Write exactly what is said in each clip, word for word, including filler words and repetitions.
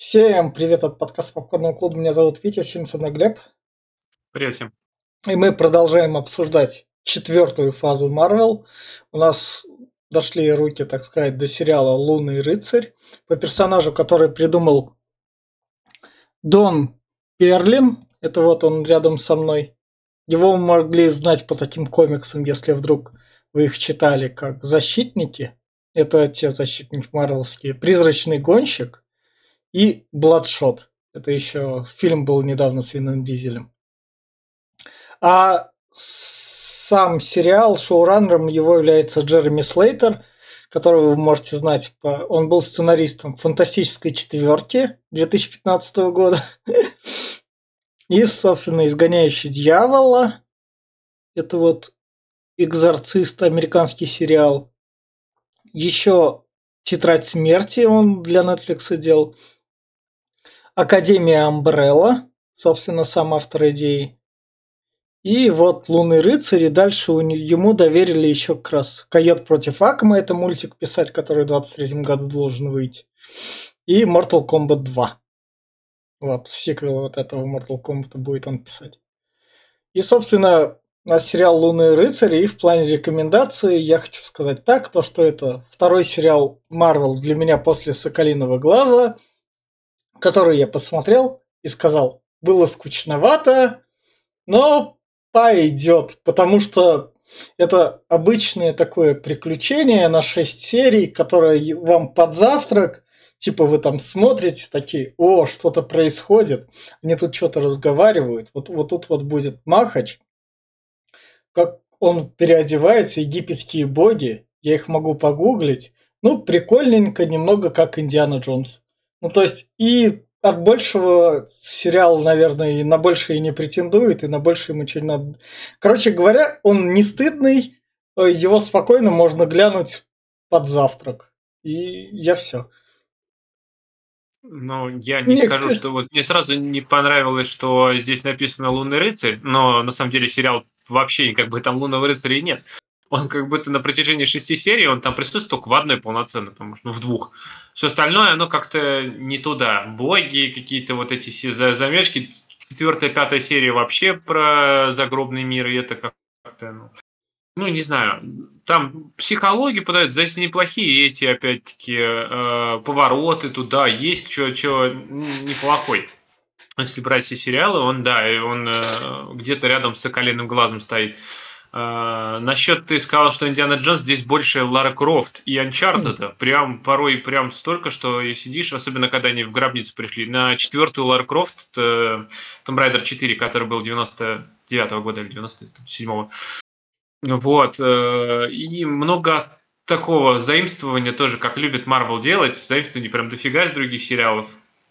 Всем привет от подкаста Попкорного клуба. Меня зовут Витя, сегодня со мной Глеб. Привет всем. И мы продолжаем обсуждать четвертую фазу Марвел. У нас дошли руки, так сказать, до сериала «Лунный рыцарь» по персонажу, который придумал Дон Перлин. Это вот он рядом со мной. Его вы могли знать по таким комиксам, если вдруг вы их читали, как «Защитники». Это те защитники марвелские. «Призрачный гонщик» и «Бладшот». Это еще фильм был недавно с Вином Дизелем. А сам сериал, шоураннером его является Джереми Слейтер, которого вы можете знать. По... Он был сценаристом «Фантастической четверки» две тысячи пятнадцатого года. И, собственно, «Изгоняющий дьявола». Это вот «Экзорцист», американский сериал. Еще «Тетрадь смерти» он для Netflix делал. «Академия Амбрелла», собственно, сам автор идеи. И вот «Лунный рыцарь», и дальше ему доверили еще как раз «Койот против Акма», это мультик писать, который в двадцать третьем году должен выйти. И Mortal Kombat два. Вот, сиквел вот этого Mortal Kombat будет он писать. И, собственно, у нас сериал «Лунный рыцарь», и в плане рекомендаций я хочу сказать так, то что это второй сериал Marvel для меня после «Соколиного глаза», который я посмотрел и сказал, было скучновато, но пойдет, потому что это обычное такое приключение на шесть серий, которое вам под завтрак, типа вы там смотрите, такие, о, что-то происходит, они тут что-то разговаривают, вот, вот тут вот будет Махач, как он переодевается, египетские боги, я их могу погуглить, ну, прикольненько, немного как Индиана Джонс. Ну, то есть, и от большего сериал, наверное, и на большее и не претендует, и на большее ему что-нибудь надо. Короче говоря, он не стыдный, его спокойно можно глянуть под завтрак. И я все. Ну, я не Мне... скажу, что вот мне сразу не понравилось, что здесь написано «Лунный рыцарь», но на самом деле сериал вообще как бы там «Лунного рыцаря» и нет. Он как будто на протяжении шести серий, он там присутствует только в одной полноценно, потому что, ну, в двух. Все остальное, оно как-то не туда. Боги, какие-то вот эти все замешки. Четвертая, пятая серия вообще про загробный мир, и это как-то, ну, ну, не знаю, там психологию подают, знаете, неплохие эти, опять-таки, э, повороты туда, есть что неплохой. Если брать все сериалы, он, да, и он э, где-то рядом с «Соколиным глазом» стоит. Э, насчет ты сказал, что Индиана Джонс здесь больше Лара Крофт и Анчартеда. Прям порой прям столько, что и сидишь, особенно когда они в гробницу пришли. На четвертую Лара Крофт, э, Tomb Raider четыре, который был девяносто девятого года или девяносто седьмого. Вот, э, и много такого заимствования тоже, как любит Marvel делать, заимствований прям дофига из других сериалов.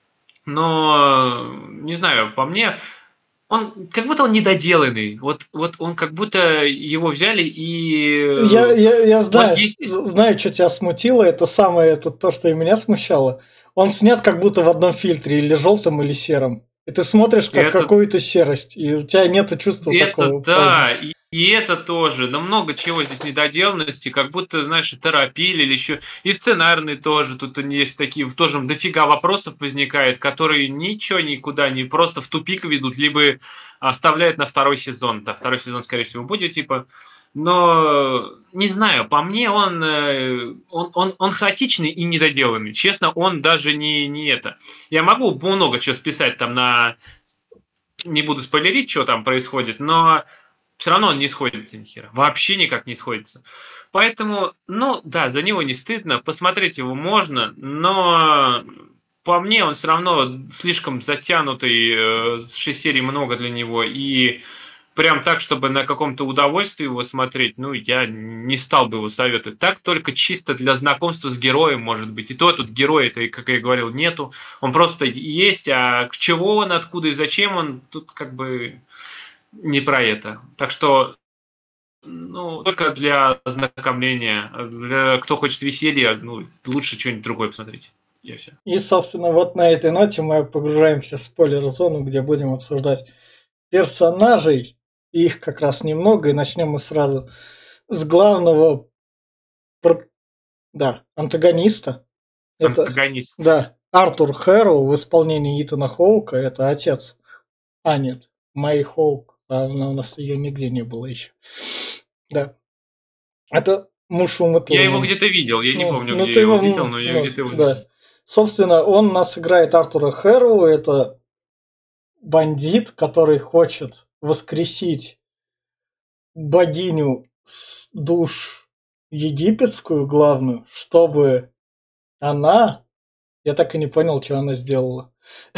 Но, не знаю, по мне, он как будто он недоделанный. Вот, вот он как будто его взяли и... Я, я, я знаю, вот есть... знаю, что тебя смутило, это самое, это то, что и меня смущало. Он снят как будто в одном фильтре, или желтом, или сером. И ты смотришь как это... какую-то серость, и у тебя нет чувства Это такого. да, и, и это тоже. Но много чего здесь недоделанности, как будто, знаешь, торопили или еще. И сценарный тоже. Тут есть такие, тоже дофига вопросов возникает, которые ничего никуда не просто в тупик ведут, либо оставляют на второй сезон. Да, второй сезон, скорее всего, будет, типа. Но не знаю, по мне он, он, он, он хаотичный и недоделанный. Честно, он даже не, не это. Я могу много чего списать там на... Не буду спойлерить, что там происходит, но все равно он не сходится ни хера. Вообще никак не сходится. Поэтому, ну да, за него не стыдно. Посмотреть его можно, но по мне он все равно слишком затянутый. шесть серий много для него. И прям так, чтобы на каком-то удовольствии его смотреть, ну, я не стал бы его советовать. Так только чисто для знакомства с героем, может быть. И то тут героя-то, как я говорил, нету. Он просто есть, а к чего он, откуда и зачем он, тут как бы не про это. Так что, ну, только для ознакомления. Для кто хочет веселья, ну, лучше что-нибудь другое посмотреть. И все. И, собственно, вот на этой ноте мы погружаемся в спойлер-зону, где будем обсуждать персонажей. Их как раз немного, и начнем мы сразу с главного, да, антагониста. Это, Антагонист. да, Артур Хэрроу в исполнении Итана Хоука, это отец. А, нет, Мэй Хоук, а она у нас ее нигде не было еще. Да. Это муж Умы Я его Турман. где-то видел, я не Ну, помню, ну где ты я его его, видел, ну, но я ну, где-то его видел. да. Собственно, он нас играет Артура Хэрроу, это бандит, который хочет воскресить богиню с душ египетскую главную, чтобы она... Я так и не понял, что она сделала.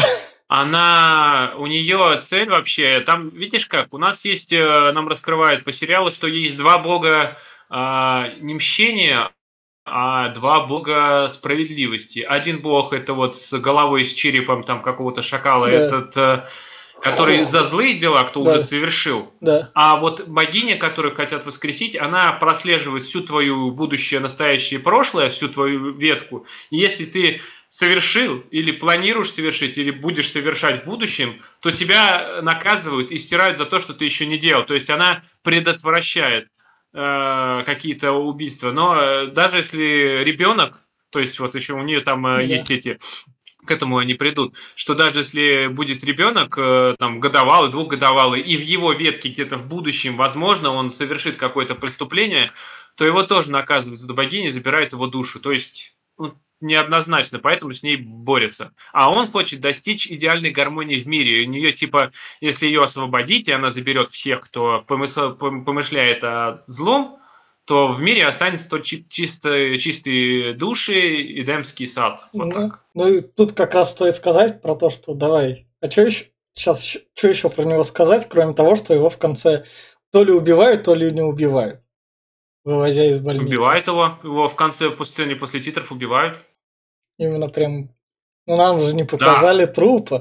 Она, у нее цель вообще, там, видишь как, у нас есть, э, нам раскрывают по сериалу, что есть два бога а, не мщения, а два бога справедливости. Один бог это вот с головой, с черепом там какого-то шакала, Да. этот, э, который за злые дела, кто Да. уже совершил. Да. А вот богиня, которую хотят воскресить, она прослеживает всю твою будущее, настоящее, прошлое, всю твою ветку. И если ты совершил или планируешь совершить, или будешь совершать в будущем, то тебя наказывают и стирают за то, что ты еще не делал. То есть она предотвращает э, какие-то убийства. Но э, даже если ребенок, то есть вот еще у нее там э, Да. есть эти, к этому они придут, что даже если будет ребенок, э, там, годовалый, двухгодовалый, и в его ветке где-то в будущем, возможно, он совершит какое-то преступление, то его тоже наказывают эта богиня, забирает его душу. То есть ну, неоднозначно, поэтому с ней борется. А он хочет достичь идеальной гармонии в мире. У нее, типа, если ее освободить, и она заберет всех, кто помысл, помышляет о злом, то в мире останется только чисто, чистые души и Эдемский сад. Вот Ну, так. ну и тут как раз стоит сказать про то, что давай. А что еще сейчас что еще про него сказать, кроме того, что его в конце то ли убивают, то ли не убивают, вывозя из больницы. Убивают его, его в конце по сцене после титров убивают. Именно прям. Ну нам же не показали да. трупа.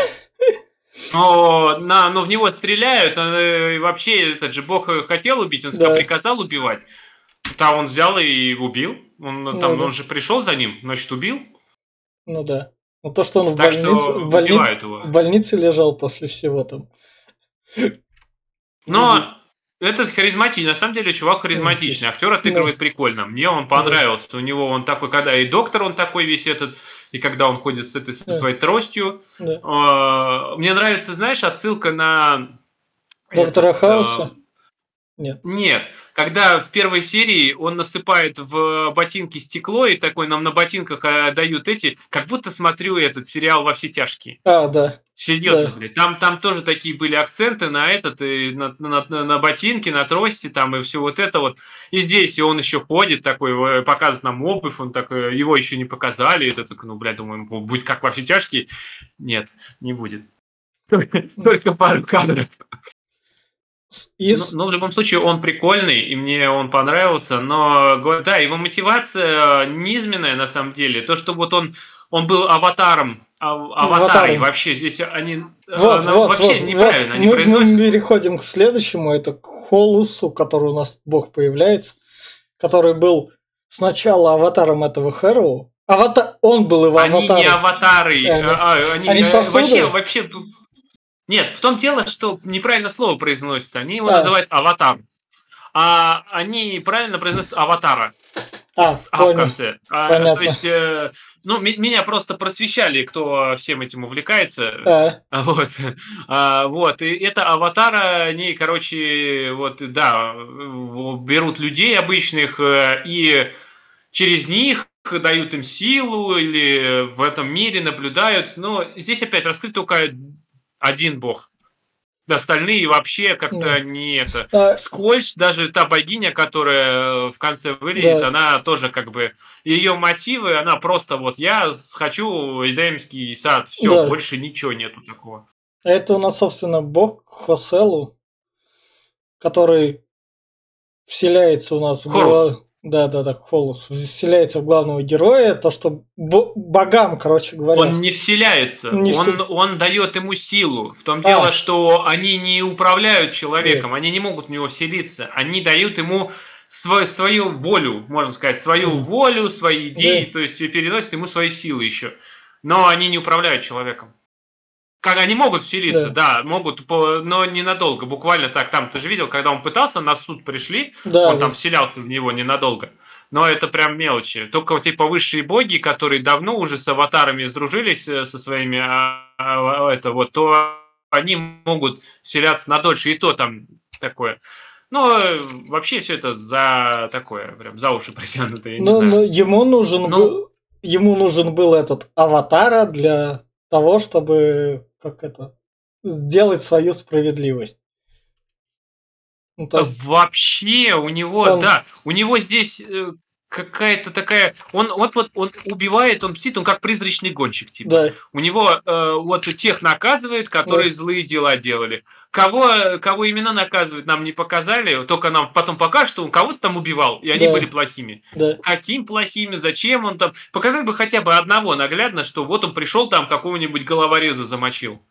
Но, на, но в него стреляют, и вообще этот же бог хотел убить, он да. приказал убивать. Там он взял и убил. Он, ну, там, да. он же пришел за ним, значит, убил. Ну да. Ну то, что он в так больнице, что в, больнице, в больнице лежал после всего там. Но этот харизматичный, на самом деле, чувак харизматичный. Актер отыгрывает ну, прикольно. Мне он понравился. Да. У него он такой, когда и доктор он такой весь этот, и когда он ходит с этой со своей тростью. Да. Мне нравится, знаешь, отсылка на Доктора Хауса? Нет. Нет. Когда в первой серии он насыпает в ботинки стекло, и такой нам на ботинках дают эти, как будто смотрю этот сериал «Во все тяжкие». А, да. Серьезно, да. блин. Там, там тоже такие были акценты на этот, и на, на, на, на ботинки, на трости, там, и все вот это вот. И здесь и он еще ходит такой, показывает нам обувь, он такой, его еще не показали. И это так, ну, блядь, думаю, будет как «Во все тяжкие». Нет, не будет. Только, только пару кадров. Из... Но, но в любом случае он прикольный, и мне он понравился, но да, его мотивация низменная на самом деле. То, что вот он, он был аватаром, ав, аватарой, вообще здесь они вот, ну, вот, вообще вот, неправильно вот. они мы, произносят. Мы переходим к следующему, это к Холусу, который у нас бог появляется, который был сначала аватаром этого Хэрроу. Авата... Он был его они аватаром. Они не аватары, они, а, они, они сосуды? вообще, вообще... Нет, в том дело, что неправильно слово произносится. Они его а. называют аватар. А они правильно произносят аватара. А, с А понял. в конце. А, то есть, э, ну, м- меня просто просвещали, кто всем этим увлекается. А. Вот. А, вот. И это аватара, они, короче, вот, да, берут людей обычных и через них дают им силу или в этом мире наблюдают. Но здесь опять раскрыт только один бог. Остальные вообще как-то да. не это. А... Скользь, даже та богиня, которая в конце вылезет, да. она тоже как бы... Ее мотивы, она просто вот я хочу Эдемский сад, все, да. больше ничего нету такого. Это у нас, собственно, бог Хоселу, который вселяется у нас в голову. Да, да, да, Холос вселяется в главного героя, то, что богам, короче говоря. Он не вселяется, не он, вс... он дает ему силу. В том дело, а. что они не управляют человеком, Нет. они не могут в него вселиться. Они дают ему свою, свою волю, можно сказать, свою mm. волю, свои идеи, да. то есть переносят ему свои силы еще. Но они не управляют человеком. Как они могут вселиться, да, да могут, но ненадолго, буквально так. Там, ты же видел, когда он пытался, на суд пришли, да, он да. там вселялся в него ненадолго. но это прям мелочи. Только вот типа высшие боги, которые давно уже с аватарами сдружились э, со своими, а, а, это вот, то они могут вселяться надольше, и то там такое. Ну, э, вообще все это за такое, прям за уши притянуто, я не Ну, ну, знаю. ему нужен Ну, был, ему нужен был этот аватара для того, чтобы, как это, сделать свою справедливость. Ну, то э, есть вообще у него, он, да, у него здесь э, какая-то такая, он вот вот он убивает, он мстит, он как призрачный гонщик типа. да, У него э, вот тех наказывает, которые да, злые дела делали. Кого кого именно наказывает, нам не показали, только нам потом покажут, что он кого-то там убивал, и они были да, плохими. да. Каким плохими, зачем он там? Показали бы хотя бы одного наглядно, что вот он пришел там какого-нибудь головореза замочил.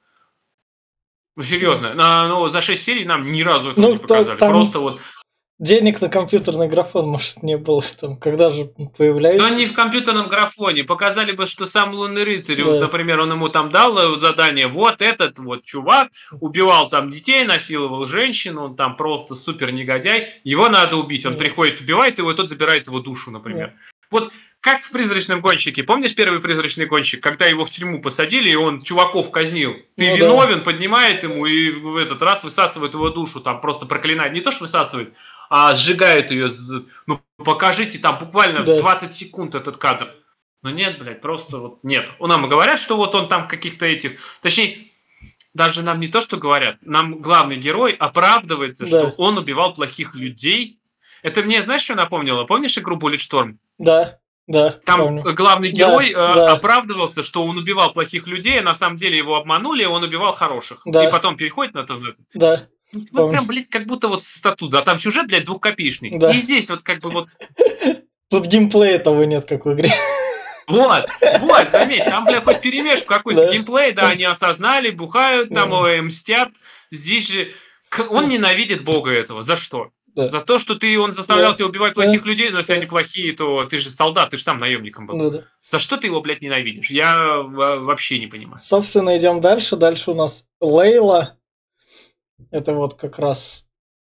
Ну Да. серьезно, на, ну, за шесть серий нам ни разу этого Ну, не то, показали. Просто там вот. денег на компьютерный графон, может, не было там, когда же Да появляется. не в компьютерном графоне. Показали бы, что сам Лунный Рыцарь, вот, Да, например, он ему там дал э, задание, вот этот вот чувак убивал там детей, насиловал женщин, он там просто супер негодяй, его надо убить. Он да, приходит, убивает его, и тот забирает его душу, да, например. Вот как в «Призрачном гонщике». Помнишь первый «Призрачный гонщик», когда его в тюрьму посадили, и он чуваков казнил? Ты ну да, виновен, поднимает ему, и в этот раз высасывает его душу, там просто проклинает. Не то, что высасывает, а сжигает ее. Ну, покажите там буквально в да, двадцать секунд этот кадр. Но нет, блядь, просто вот нет. У нам говорят, что вот он там каких-то этих... Точнее, даже нам не то, что говорят. Нам главный герой оправдывается, что да, он убивал плохих людей. Это мне, знаешь, что напомнило? Помнишь игру Bulletstorm? да, да, Там помню. главный герой Да, э, да, оправдывался, что он убивал плохих людей, а на самом деле его обманули, и он убивал хороших. И да, потом переходит на то. да, Вот помню. прям, блядь, как будто вот статут. А там сюжет, блядь, двухкопеечный. Да. И здесь вот как бы вот. Тут геймплея того нет, как в игре. Вот, вот, заметь, там, бля, хоть перемешку какой-то Да, геймплей, да, они осознали, бухают, там, да, ой, мстят. Здесь же он ненавидит бога этого. За что? да, За то, что ты, он заставлял да, тебя убивать плохих да, людей, но если они да, плохие, то ты же солдат, ты же сам наемником был. да, да. За что ты его, блядь, ненавидишь? Я вообще не понимаю. Собственно, идем дальше. Дальше у нас Лейла. Это вот как раз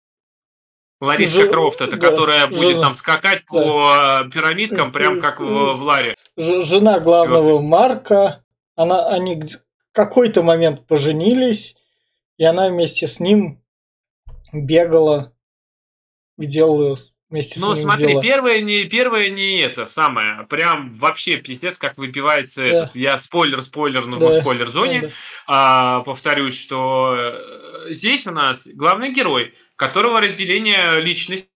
Лариска ж... Крофт, это да, которая будет жена, там скакать да. по пирамидкам, прям как в, в Ларе. Ж- жена главного Марка. Она, они г- в какой-то момент поженились, и она вместе с ним бегала и делала вместе с Ну, ним смотри, дела. первое не, первое не это самое, прям вообще пиздец, как выбивается Да, этот. Я спойлер, спойлер, ну, в да, да, спойлер-зоне. да, А, повторюсь, что э, здесь у нас главный герой, которого разделение личности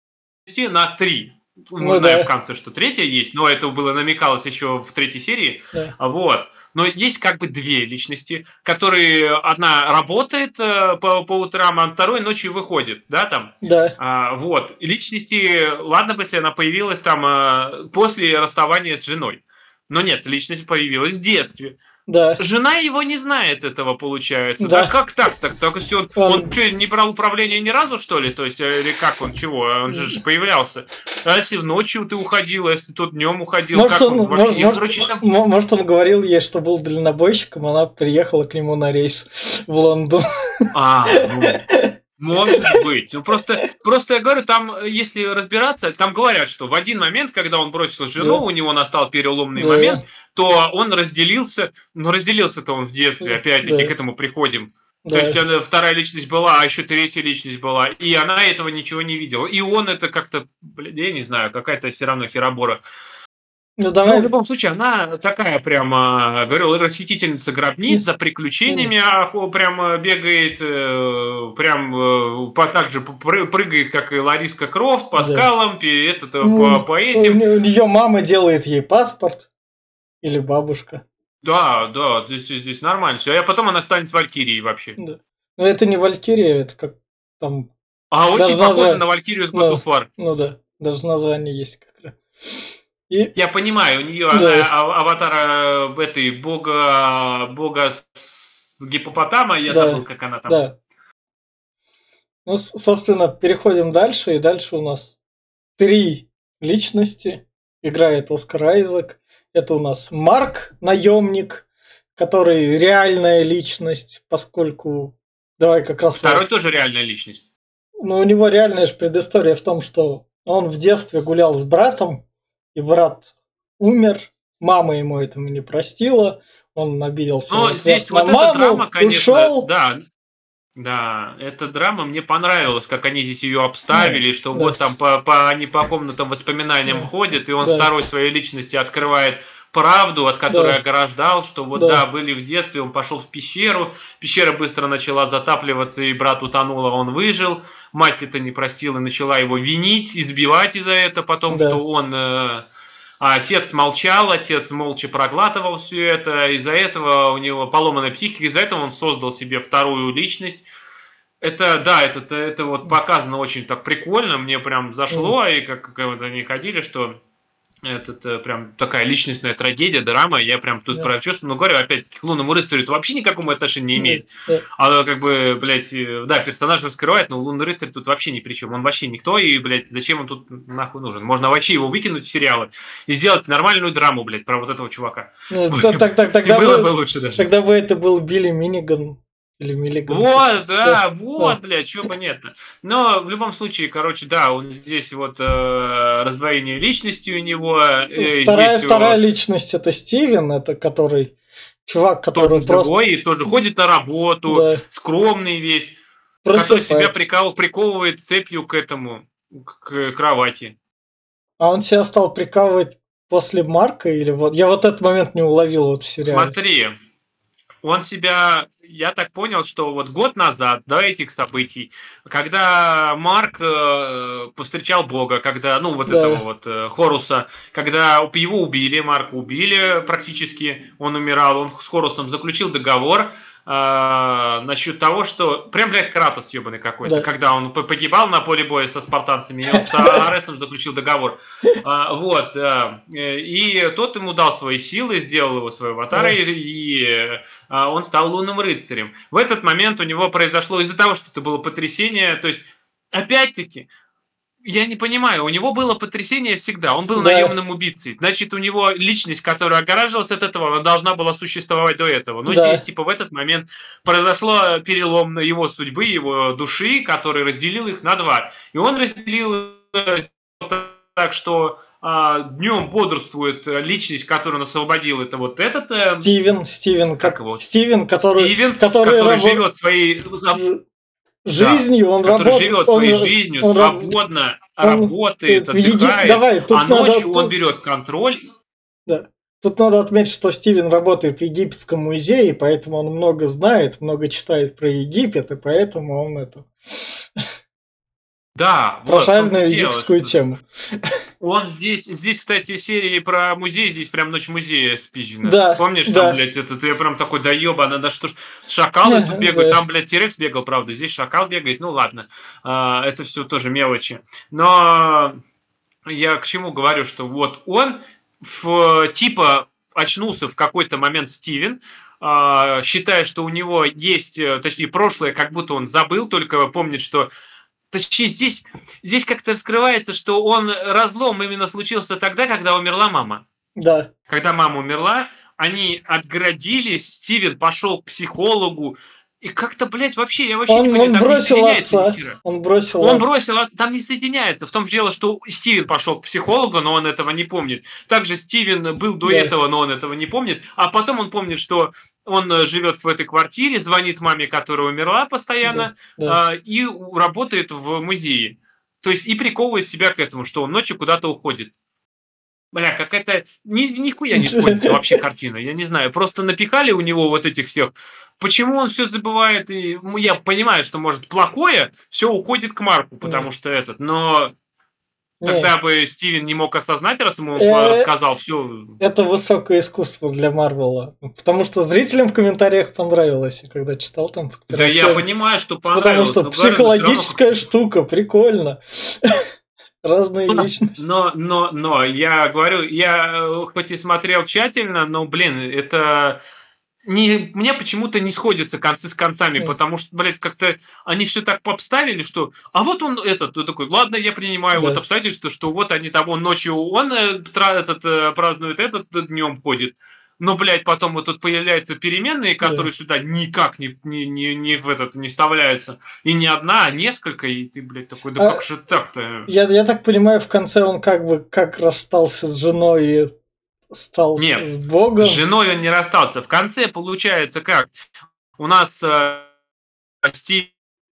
на три. Мы ну знаем в да, конце, что третья есть, но это было намекалось еще в третьей серии. да, Вот. Но есть как бы две личности, которые одна работает э, по, по утрам, а второй ночью выходит, да, там. да, А, вот. И личности, ладно бы, если она появилась там э, после расставания с женой. Но нет, личность появилась в детстве. да, Жена его не знает этого, получается. Да да. как так-то? Так если он, он Он, что, не брал управление ни разу, что ли? То есть, э, или как он, чего? Он же ж появлялся. А если ночью ты уходил, а если тут днем уходил, может, как он, он вообще? может, Я, может, короче, там... мо- может, он говорил ей, что был дальнобойщиком, она приехала к нему на рейс в Лондон. А, ну, может быть. Ну, просто, просто я говорю, там, э, если разбираться, там говорят, что в один момент, когда он бросил жену, Да, у него настал переломный да, момент, то он разделился, но разделился-то он в детстве, опять-таки к да, этому приходим. То да. есть она, вторая личность была, а еще третья личность была, и она этого ничего не видела. И он это как-то, блин, я не знаю, какая-то все равно херобора. Ну Ну, в давай. любом случае, она такая прямо, говорю, расхитительница гробниц, за Не, приключениями не, охо- прям бегает, э, прям э, по, так же пры- прыгает, как и Лариска Крофт, по да. скалам, пи- этот, э, Ну, по, по у этим. нее мама делает ей паспорт. Или бабушка. Да, да, здесь, здесь нормально все. А потом она станет Валькирией вообще. Да. Но это не Валькирия, это как там. А очень Даже похоже на название. Валькирию с God of Ну, War. ну да. Даже название есть как раз. И Я понимаю, у нее она да, а- аватара э, этой бога, бога с- гипопотама, я забыл, да, как она там. да. Ну, с- собственно, переходим дальше, и дальше у нас три личности. Играет Оскар Айзек. Это у нас Марк, наемник, который реальная личность, поскольку давай как раз Второй вот. тоже реальная личность. Ну, у него реальная же предыстория в том, что Он в детстве гулял с братом, и брат умер, мама ему этому не простила, он обиделся в Но ответ здесь на вот эта драма, маму, конечно, ушел. да, да, эта драма мне понравилась, как они здесь ее Ну, обставили, что да, вот там по, по, они по комнатам воспоминаниям да, ходят, и он да, второй своей личности открывает правду, от которой да, ограждал, что вот да, да, были в детстве, он пошел в пещеру, пещера быстро начала затапливаться, и брат утонул, а он выжил, мать это не простила, начала его винить, избивать из-за этого, потом, да. что он... э, а отец молчал, отец молча проглатывал все это, из-за этого у него поломанная психика, из-за этого он создал себе вторую личность. Это, да, это, это вот показано очень так прикольно, мне прям М, зашло, и как, как вот они ходили, что это э, прям такая личностная трагедия, драма, я прям тут да, прочувствовал, но говорю, опять-таки, к лунному рыцарю это вообще никакого отношения не да, имеет. да. Оно как бы, блядь, э, да, персонаж раскрывает, но лунный рыцарь тут вообще ни при чем, он вообще никто, и, блядь, зачем он тут нахуй нужен? Можно вообще его выкинуть из сериала и сделать нормальную драму, блядь, про вот этого чувака. Ну, та- И так, так, тогда было бы бы, лучше даже. тогда бы это был Билли Миниган или Миллиган, как Вот, он. Да, да, вот, да. блядь, что понятно. Но в любом случае, короче, да, он здесь вот э, раздвоение личности у него, э, Вторая, здесь вторая э, личность это Стивен, это который чувак, тоже который просто другой, и тоже ходит на работу, да, скромный весь, который себя просыпается. прикол, приковывает цепью к этому, к кровати. А он себя стал прикалывать после Марка или вот я вот этот момент не уловил вот в сериале. Смотри, он себя, я так понял, что вот год назад, до этих событий, когда Марк э, повстречал Бога, когда, ну, вот этого Да, вот э, Хоруса, когда его убили, Марка убили практически, он умирал, он с Хорусом заключил договор э, насчет того, что, прям, блядь, Кратос ебаный какой-то, да. когда он погибал на поле боя со спартанцами, и он с Аресом заключил договор. А, вот, а, и тот ему дал свои силы, сделал его своего аватара, Да. и, и а, он стал лунным рыцарем. В этот момент у него произошло, из-за того, что это было потрясение, то есть, опять-таки, я не понимаю, у него было потрясение всегда, он был Да, наемным убийцей, значит, у него личность, которая огораживалась от этого, она должна была существовать до этого. Но здесь, да, типа, в этот момент произошло перелом на его судьбы, его души, который разделил их на два. И он разделил так, что а, днем бодрствует личность, которую он освободил, это вот этот, э, Стивен, Стивен, как как его, Стивен, который, Стивен, который который рабо- живет своей, ж- да, жизнью, он который работает, живет он, своей р- жизнью, он, раб- свободно он работает, говорит, в Еги- отдыхает, давай, а тут надо, ночью он тут, берет контроль. да. Тут надо отметить, что Стивен работает в Египетском музее, поэтому он много знает, много читает про Египет, и поэтому он это Да, вот в том-то прошаренную дело, египетскую что тему. он здесь, здесь, кстати, серии про музей, здесь прям ночь музея спизжена. Да, Помнишь, там, да, блядь, этот, я прям такой, да ёба, надо что ж, шакалы тут бегают, да, там, блядь, Тирекс бегал, правда, здесь шакал бегает, ну ладно, а, это все тоже мелочи. Но я к чему говорю, что вот он в, типа очнулся в какой-то момент Стивен, а, считая, что у него есть, э, точнее, прошлое, как будто он забыл, только помнит, что точнее, здесь, здесь как-то раскрывается, что он разлом именно случился тогда, когда умерла мама. да. Когда мама умерла, они отгородились, Стивен пошел к психологу, и как-то, блядь, вообще, я вообще не Он, понимаю, он там не бросил соединяется ни отца, хера. он бросил Он отца. бросил, там не соединяется. В том же дело, что Стивен пошел к психологу, но он этого не помнит. Также Стивен был до Да, этого, но он этого не помнит. А потом он помнит, что он э, живет в этой квартире, звонит маме, которая умерла да, постоянно, да. э, и работает в музее. То есть и приковывает себя к этому, что он ночью куда-то уходит. Бля, какая-то ни, нихуя не сходится вообще картина. Я не знаю, просто напихали у него вот этих всех. Почему он все забывает? И, ну, я понимаю, что может плохое, все уходит к Марку, Не, потому что этот. Но не. тогда бы Стивен не мог осознать, раз ему он Э, рассказал все. Это высокое искусство для Марвела. Потому что зрителям в комментариях понравилось, я когда читал там под Да я пиросферой. понимаю, что Потому понравилось, что но говорю, но все равно психологическая как-то. штука, прикольно. Разные личности. Но, но, но, я говорю, я э, хоть и смотрел тщательно, но, блин, это не, мне почему-то не сходятся концы с концами, М, потому что, блядь, как-то они все так обставили, что, а вот он этот, ты такой, ладно, я принимаю вот Да, обстоятельства, что вот они там, он ночью, он э, тра- этот, э, празднует этот, днем ходит. но, блядь, потом вот тут появляются переменные, Да. которые сюда никак не, не, не, не в этот не вставляются. И не одна, а несколько, и ты, блядь, такой, да А как же так-то? я, я так понимаю, в конце он как бы как расстался с женой и стал с, Нет, с с Богом. женой он не расстался. В конце получается как? У нас э, Стивен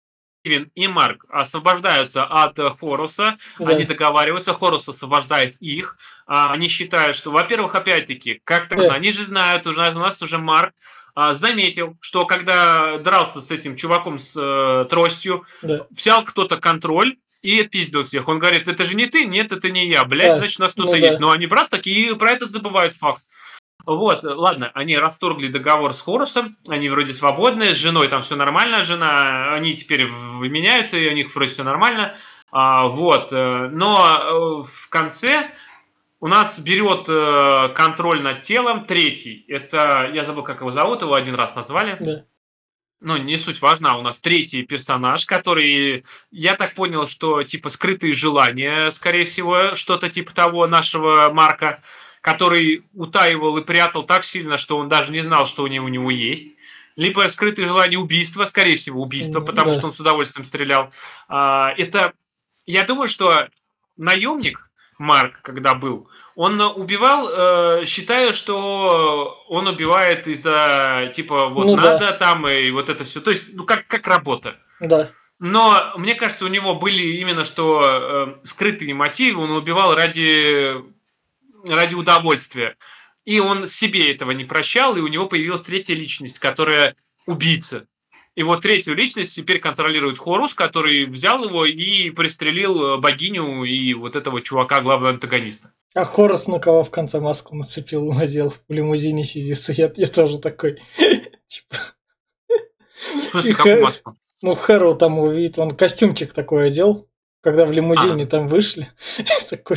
и Марк освобождаются от э, Хоруса, они Да. договариваются, Хорус освобождает их. А, они считают, что, во-первых, опять-таки, как так, Да. они же знают, уже, у нас уже Марк а, заметил, что когда дрался с этим чуваком с э, тростью, Да. взял кто-то контроль и отпиздил всех. Он говорит, это же не ты, нет, это не я, блядь, А, значит, у нас кто-то ну есть. да. Но они раз такие про это забывают факт. Вот, ладно, они расторгли договор с Хорусом, они вроде свободны, с женой там все нормально, жена, они теперь меняются, и у них вроде все нормально. А, вот, э, но э, в конце у нас берет э, контроль над телом третий. Это, я забыл, как его зовут, его один раз назвали. Да. Ну, не суть важна, у нас третий персонаж, который, я так понял, что типа скрытые желания, скорее всего, что-то типа того нашего Марка, который утаивал и прятал так сильно, что он даже не знал, что у него, у него есть. Либо скрытые желания убийства, скорее всего, убийства, М, потому что Да. он с удовольствием стрелял. А, это, я думаю, что наемник Марк, когда был, он убивал, э, считая, что он убивает из-за, типа, вот Ну да. надо там и вот это все. То есть, ну, как, как работа. Да. Но мне кажется, у него были именно что э, скрытые мотивы, он убивал ради, ради удовольствия. И он себе этого не прощал, и у него появилась третья личность, которая убийца. И вот третью личность теперь контролирует Хорус, который взял его и пристрелил богиню и вот этого чувака, главного антагониста. А Хорос на кого в конце маску нацепил, надел, в лимузине сидит, я, я тоже такой. Типа. В И смысле, какую Хэ- маску? ну, Хэру там увидит, он костюмчик такой одел, когда в А, лимузине там вышли. Такой.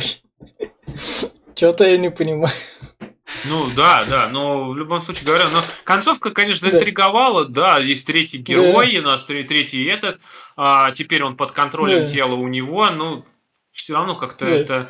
Что-то я не понимаю. ну да, да, но в любом случае говоря, но концовка, конечно, Да. заинтриговала, да, есть третий Да. герой, у нас тре- третий этот, а, теперь он под контролем Да. тела у него, ну, все равно как-то Да. это,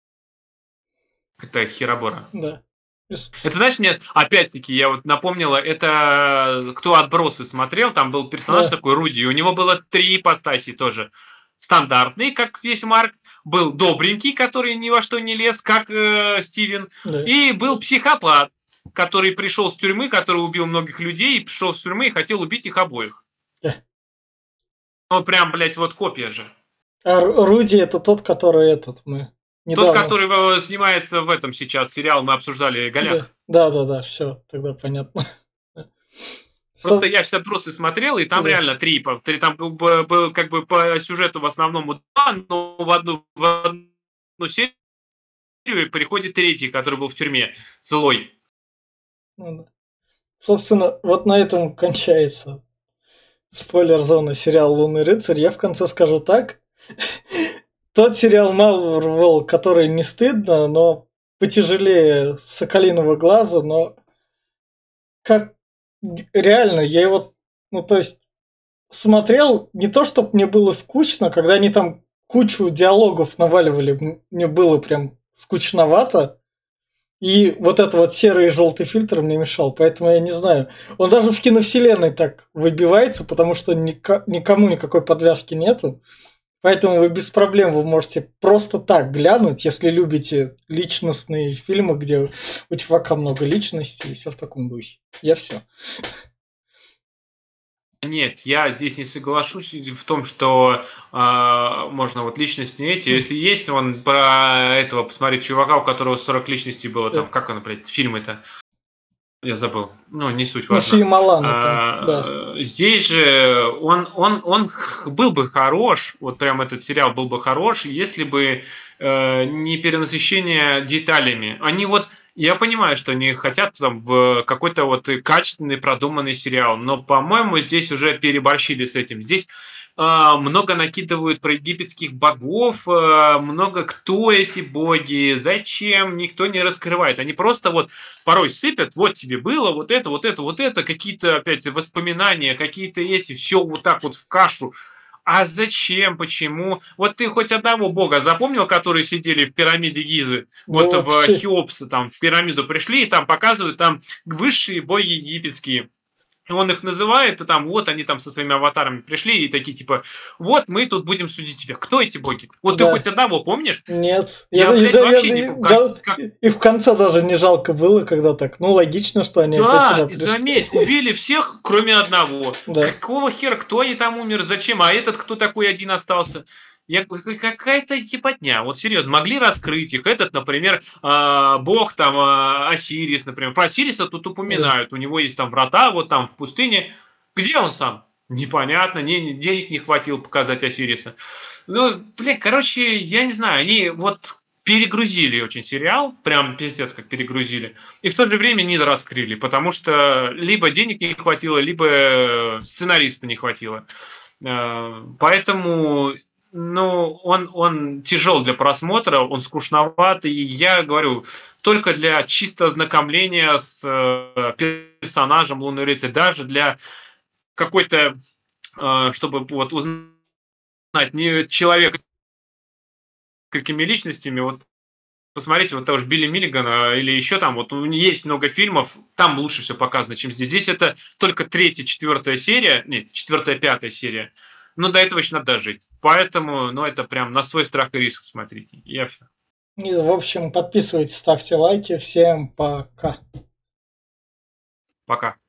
это херобора. Да. С- Это, с- знаешь, мне, опять-таки, я вот напомнила, это кто «Отбросы» смотрел, там был персонаж Да. такой, Руди, у него было три ипостаси тоже. Стандартный, как здесь Марк, был добренький, который ни во что не лез, как э, Стивен, Да. и был психопат, который пришел с тюрьмы, который убил многих людей, и пришел с тюрьмы и хотел убить их обоих. Да. Он прям, блядь, вот копия же. А Ру- Руди это тот, который этот мы Тот, недавно. который э, снимается в этом сейчас сериал, мы обсуждали, Да. «Голяк». Да, да, да, все, тогда понятно. Просто Со- я всегда просто смотрел, и там Да. реально три, по- три там был, бы- был как бы по сюжету в основном два, но в одну, в одну серию приходит третий, который был в тюрьме, злой. Ну да. Собственно, вот на этом кончается спойлер-зона сериал «Лунный рыцарь». Я в конце скажу так. Тот сериал Марвел, который не стыдно, но потяжелее «Соколиного глаза», но как реально, я его, ну то есть, смотрел не то, чтобы мне было скучно, когда они там кучу диалогов наваливали, мне было прям скучновато, и вот это вот серый и желтый фильтр мне мешал, поэтому я не знаю. Он даже в киновселенной так выбивается, потому что ника- никому никакой подвязки нету. Поэтому вы без проблем вы можете просто так глянуть, если любите личностные фильмы, где у чувака много личностей и все в таком духе. Я все. Нет, я здесь не соглашусь в том, что а, можно вот личности эти. Если есть, он про этого посмотреть чувака, у которого сорок личностей было, там, как он, блядь, фильмы-то? Я забыл. Ну, не суть Ну, важно. Шьямалана там, да. А, здесь же он, он, он х- был бы хорош, вот прям этот сериал был бы хорош, если бы э, не перенасыщение деталями. Они вот, я понимаю, что они хотят там в какой-то вот качественный, продуманный сериал, но, по-моему, здесь уже переборщили с этим. Здесь а, много накидывают про египетских богов, а, много кто эти боги, зачем, никто не раскрывает. Они просто вот порой сыпят, вот тебе было, вот это, вот это, вот это, какие-то опять воспоминания, какие-то эти, все вот так вот в кашу. А зачем? Почему? Вот ты хоть одного бога запомнил, которые сидели в пирамиде Гизы? Да Вот в вообще. Хеопса там в пирамиду пришли, и там показывают там высшие боги египетские. И он их называет, и там вот они там со своими аватарами пришли, и такие типа, вот мы тут будем судить тебя. Кто эти боги? Вот ты хоть Да. одного помнишь? Нет. Я, Я, да- блядь, да- я, вообще не да- помню, как, да- как и в конце даже не жалко было, когда так. Ну, логично, что они опять да, сюда и пришли. заметь, убили всех, кроме одного. Да. Какого хера, кто они там умер, зачем, а этот кто такой один остался? Я, какая-то ебатня, вот серьезно, могли раскрыть их. Этот, например, а, бог там, а, Осирис, например. Про Осириса тут Да. упоминают, у него есть там врата, вот там в пустыне. Где он сам? Непонятно, не, не- денег не хватило показать Осириса. Ну, блин, короче, я не знаю, они вот перегрузили очень сериал, прям пиздец как перегрузили, и в то же время не раскрыли, потому что либо денег не хватило, либо сценариста не хватило. Э, Поэтому, ну, он, он тяжел для просмотра, он скучноват, и я говорю, только для чисто ознакомления с э, персонажем Лунный рыцарь, даже для какой-то, э, чтобы вот узнать не человека с какими личностями, вот посмотрите вот того же Билли Миллигана или еще там, вот у него есть много фильмов, там лучше все показано, чем здесь. Здесь это только третья, четвертая серия, нет, четвертая, пятая серия, но до этого еще надо дожить. Поэтому, ну, это прям на свой страх и риск смотрите. Я все. И, в общем, подписывайтесь, ставьте лайки. Всем пока. Пока.